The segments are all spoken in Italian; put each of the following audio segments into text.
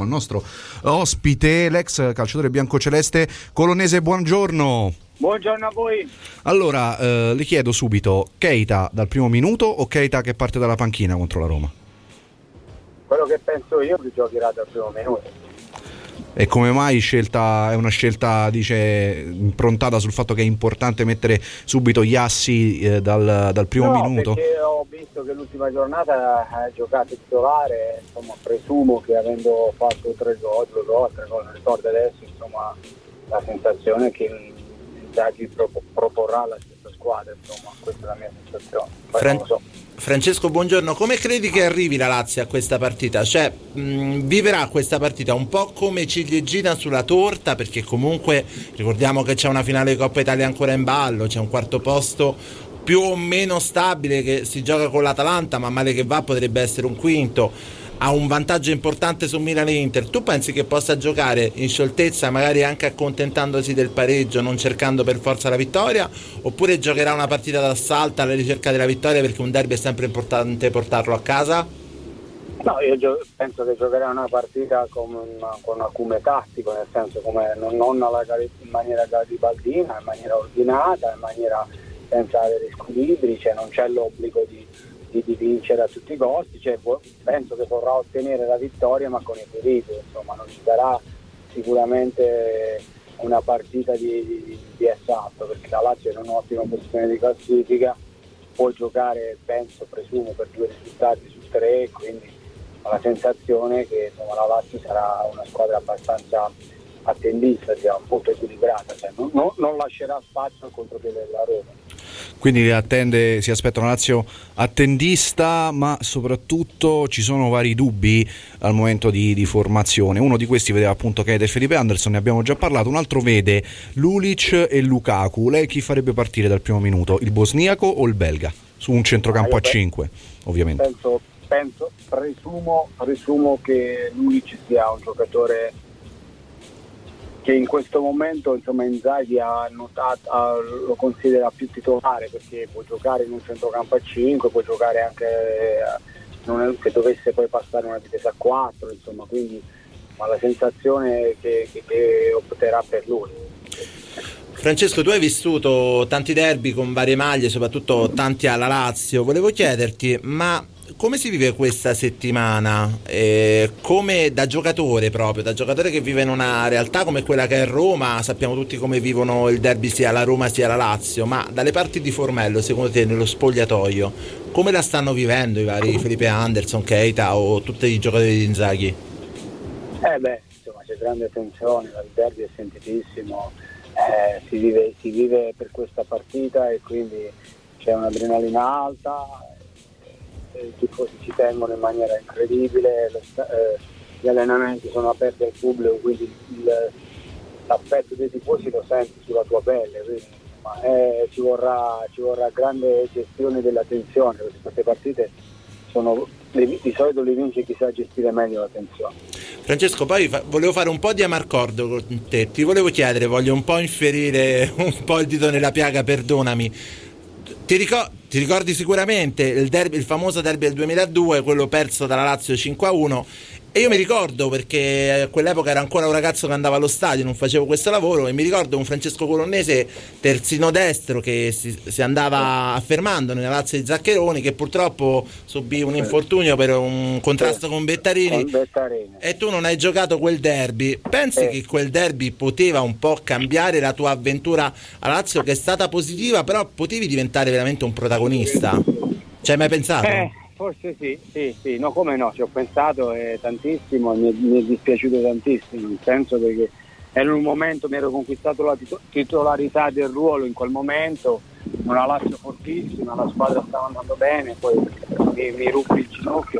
al nostro ospite, l'ex calciatore biancoceleste Colonnese. Buongiorno. Buongiorno a voi. Allora, le chiedo subito, Keita dal primo minuto o Keita che parte dalla panchina contro la Roma? Quello che penso io che giocherà dal primo minuto. E come mai è una scelta, dice, improntata sul fatto che è importante mettere subito gli assi dal primo minuto? Perché ho visto che l'ultima giornata ha giocato titolare, insomma presumo che avendo fatto 3 gol, non ricordo adesso, insomma la sensazione è che Inzaghi proporrà la stessa squadra, insomma questa è la mia sensazione. Poi non lo so. Francesco, buongiorno. Come credi che arrivi la Lazio a questa partita? Cioè, viverà questa partita un po' come ciliegina sulla torta, perché comunque ricordiamo che c'è una finale di Coppa Italia ancora in ballo, c'è un quarto posto più o meno stabile che si gioca con l'Atalanta, ma male che va potrebbe essere un quinto. Ha un vantaggio importante su Milan e Inter. Tu pensi che possa giocare in scioltezza, magari anche accontentandosi del pareggio, non cercando per forza la vittoria, oppure giocherà una partita d'assalto alla ricerca della vittoria, perché un derby è sempre importante portarlo a casa? No, io penso che giocherà una partita con un acume tattico, nel senso come non in maniera garibaldina, in maniera ordinata, in maniera senza avere squilibri, cioè non c'è l'obbligo di vincere a tutti i costi, cioè penso che vorrà ottenere la vittoria ma con equilibrio, insomma non ci sarà sicuramente una partita di assalto, perché la Lazio è in un'ottima posizione di classifica, può giocare presumo per 2 risultati su 3, quindi ho la sensazione che insomma la Lazio sarà una squadra abbastanza attendista, sia un po' equilibrata, cioè non lascerà spazio al contropiede della Roma. Quindi si aspetta una Lazio attendista, ma soprattutto ci sono vari dubbi al momento di formazione. Uno di questi vedeva appunto Keita e Felipe Anderson, ne abbiamo già parlato. Un altro vede Lulic e Lukaku. Lei chi farebbe partire dal primo minuto? Il bosniaco o il belga? Su un centrocampo a 5, ovviamente. Presumo che Lulic sia un giocatore che in questo momento insomma Inzaghi lo considera più titolare, perché può giocare in un centrocampo a 5, può giocare anche se dovesse poi passare una difesa a 4, insomma, quindi la sensazione è che opterà per lui. Francesco, tu hai vissuto tanti derby con varie maglie, soprattutto tanti alla Lazio. Volevo chiederti, ma come si vive questa settimana? Come da giocatore proprio, da giocatore che vive in una realtà come quella che è Roma, sappiamo tutti come vivono il derby sia la Roma sia la Lazio, ma dalle parti di Formello, secondo te, nello spogliatoio, come la stanno vivendo i vari Felipe Anderson, Keita o tutti i giocatori di Inzaghi? Insomma c'è grande tensione, il derby è sentitissimo, si vive per questa partita e quindi c'è un'adrenalina alta. I tifosi ci tengono in maniera incredibile, gli allenamenti sono aperti al pubblico, quindi l'aspetto dei tifosi lo senti sulla tua pelle, quindi ci vorrà grande gestione della tensione, perché queste partite di solito le vince chi sa gestire meglio la tensione. Francesco, poi volevo fare un po' di amarcordo con te, ti volevo chiedere, voglio un po' inferire un po' il dito nella piaga, perdonami. Ti ricordi sicuramente il famoso derby del 2002, quello perso dalla Lazio 5-1, e io mi ricordo, perché a quell'epoca era ancora un ragazzo che andava allo stadio, non facevo questo lavoro, e mi ricordo un Francesco Colonnese terzino destro che si andava affermando nella Lazio di Zaccheroni, che purtroppo subì un infortunio per un contrasto con Bettarini. E tu non hai giocato quel derby. Pensi che quel derby poteva un po' cambiare la tua avventura a Lazio, che è stata positiva, però potevi diventare veramente un protagonista? Ci hai mai pensato? Forse sì, no, come no, ci ho pensato tantissimo, mi è dispiaciuto tantissimo, nel senso perché ero in un momento, mi ero conquistato la titolarità del ruolo in quel momento, una Lazio fortissima, la squadra stava andando bene, poi mi ruppi il ginocchio,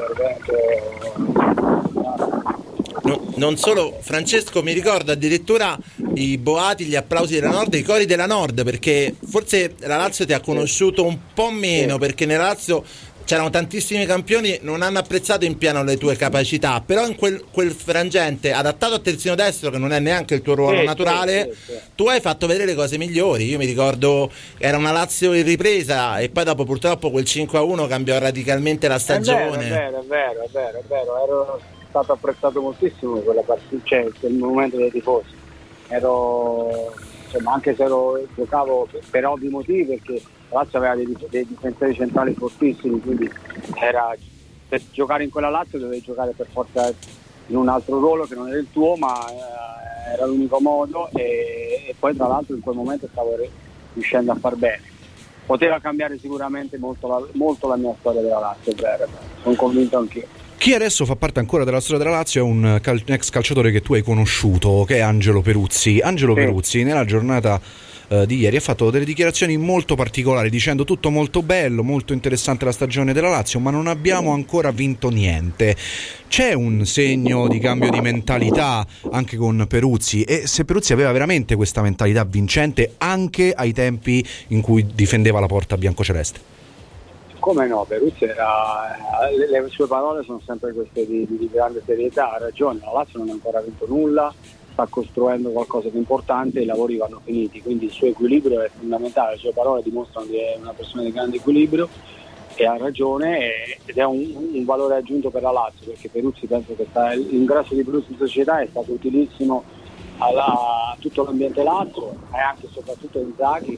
non solo, Francesco, mi ricordo addirittura i boati, gli applausi della Nord, i cori della Nord, perché forse la Lazio ti ha conosciuto un po' meno, perché nella Lazio c'erano tantissimi campioni, non hanno apprezzato in pieno le tue capacità, però in quel frangente adattato a terzino destro, che non è neanche il tuo ruolo naturale, tu hai fatto vedere le cose migliori. Io mi ricordo era una Lazio in ripresa e poi dopo purtroppo quel 5-1 cambiò radicalmente la stagione. È vero. stato apprezzato moltissimo quella partita, cioè il momento dei tifosi. Insomma, anche se giocavo per ovvi motivi, perché la Lazio aveva dei difensori centrali fortissimi, quindi per giocare in quella Lazio dovevi giocare per forza in un altro ruolo che non era il tuo, ma era l'unico modo, e poi tra l'altro in quel momento stavo riuscendo a far bene. Poteva cambiare sicuramente molto la mia storia della Lazio, sono convinto anch'io. Chi adesso fa parte ancora della storia della Lazio è un ex calciatore che tu hai conosciuto, che è Angelo Peruzzi. Angelo Peruzzi nella giornata di ieri ha fatto delle dichiarazioni molto particolari, dicendo tutto molto bello, molto interessante la stagione della Lazio, ma non abbiamo ancora vinto niente. C'è un segno di cambio di mentalità anche con Peruzzi, e se Peruzzi aveva veramente questa mentalità vincente anche ai tempi in cui difendeva la porta biancoceleste? Come no, Peruzzi le sue parole sono sempre queste di grande serietà, ha ragione, la Lazio non ha ancora vinto nulla, sta costruendo qualcosa di importante, i lavori vanno finiti, quindi il suo equilibrio è fondamentale, le sue parole dimostrano di essere una persona di grande equilibrio, e ha ragione, ed è un valore aggiunto per la Lazio, perché Peruzzi, penso che l'ingresso di Peruzzi in società è stato utilissimo a tutto l'ambiente Lazio, e anche e soprattutto Inzaghi,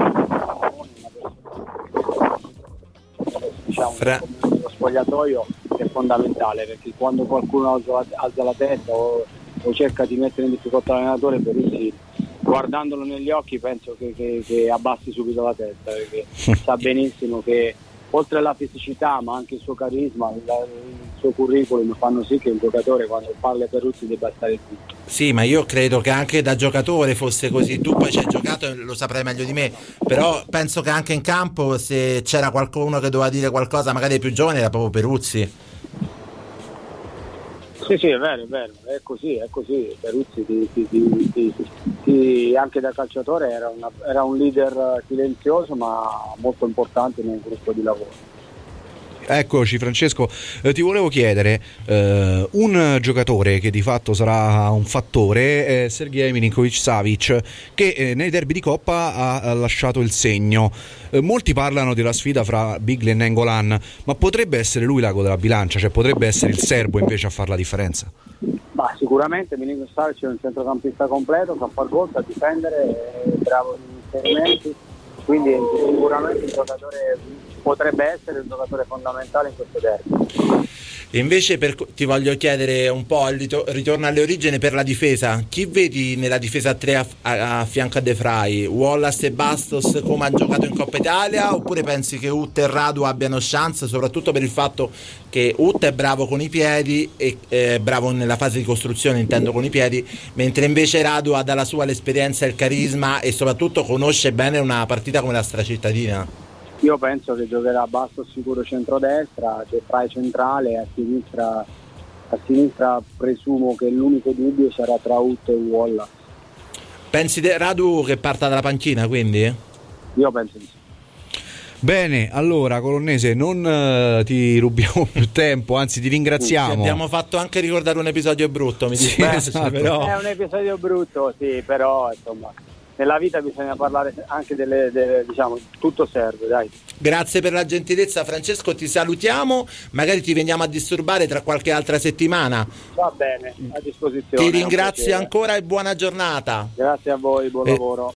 diciamo, lo spogliatoio è fondamentale, perché quando qualcuno alza la testa o cerca di mettere in difficoltà l'allenatore, Peruzzi, guardandolo negli occhi, penso che abbassi subito la testa, perché sa benissimo che oltre alla fisicità, ma anche il suo carisma, il suo curriculum fanno sì che un giocatore, quando parla Peruzzi, debba stare zitto. Sì, ma io credo che anche da giocatore fosse così. Tu poi ci hai giocato e lo saprai meglio di me, però penso che anche in campo, se c'era qualcuno che doveva dire qualcosa magari ai più giovani, era proprio Peruzzi. Sì, è vero, è così. Peruzzi anche da calciatore era un leader silenzioso, ma molto importante nel gruppo di lavoro. Eccoci Francesco, ti volevo chiedere, un giocatore che di fatto sarà un fattore è Sergej Milinkovic-Savic, che nei derby di Coppa ha lasciato il segno. Molti parlano della sfida fra Biglia e Nainggolan, ma potrebbe essere lui l'ago della bilancia, cioè potrebbe essere il serbo invece a fare la differenza? Ma sicuramente Milinkovic-Savic è un centrocampista completo, sa far gol, sa difendere, è bravo negli inserimenti, quindi sicuramente un giocatore, potrebbe essere un giocatore fondamentale in questo derby. Invece ti voglio chiedere un po' ritorno alle origini per la difesa. Chi vedi nella difesa a 3 a fianco a De Vrij? Wallace e Bastos come hanno giocato in Coppa Italia, oppure pensi che Ut e Radu abbiano chance, soprattutto per il fatto che Ut è bravo con i piedi e è bravo nella fase di costruzione, intendo con i piedi, mentre invece Radu ha dalla sua l'esperienza e il carisma e soprattutto conosce bene una partita come la Stracittadina? Io penso che giocherà Bastos sicuro centrodestra, De Vrij centrale, a sinistra presumo che l'unico dubbio sarà tra Ut e Wallace. Pensi Radu che parta dalla panchina, quindi? Io penso di sì. Bene, allora Colonnese, non ti rubiamo più tempo, anzi ti ringraziamo. Abbiamo fatto anche ricordare un episodio brutto, mi dispiace, esatto. però è un episodio brutto, sì, però insomma nella vita bisogna parlare anche diciamo, tutto serve, dai. Grazie per la gentilezza Francesco, ti salutiamo, magari ti veniamo a disturbare tra qualche altra settimana. Va bene, a disposizione. Ti ringrazio ancora e buona giornata. Grazie a voi, buon lavoro.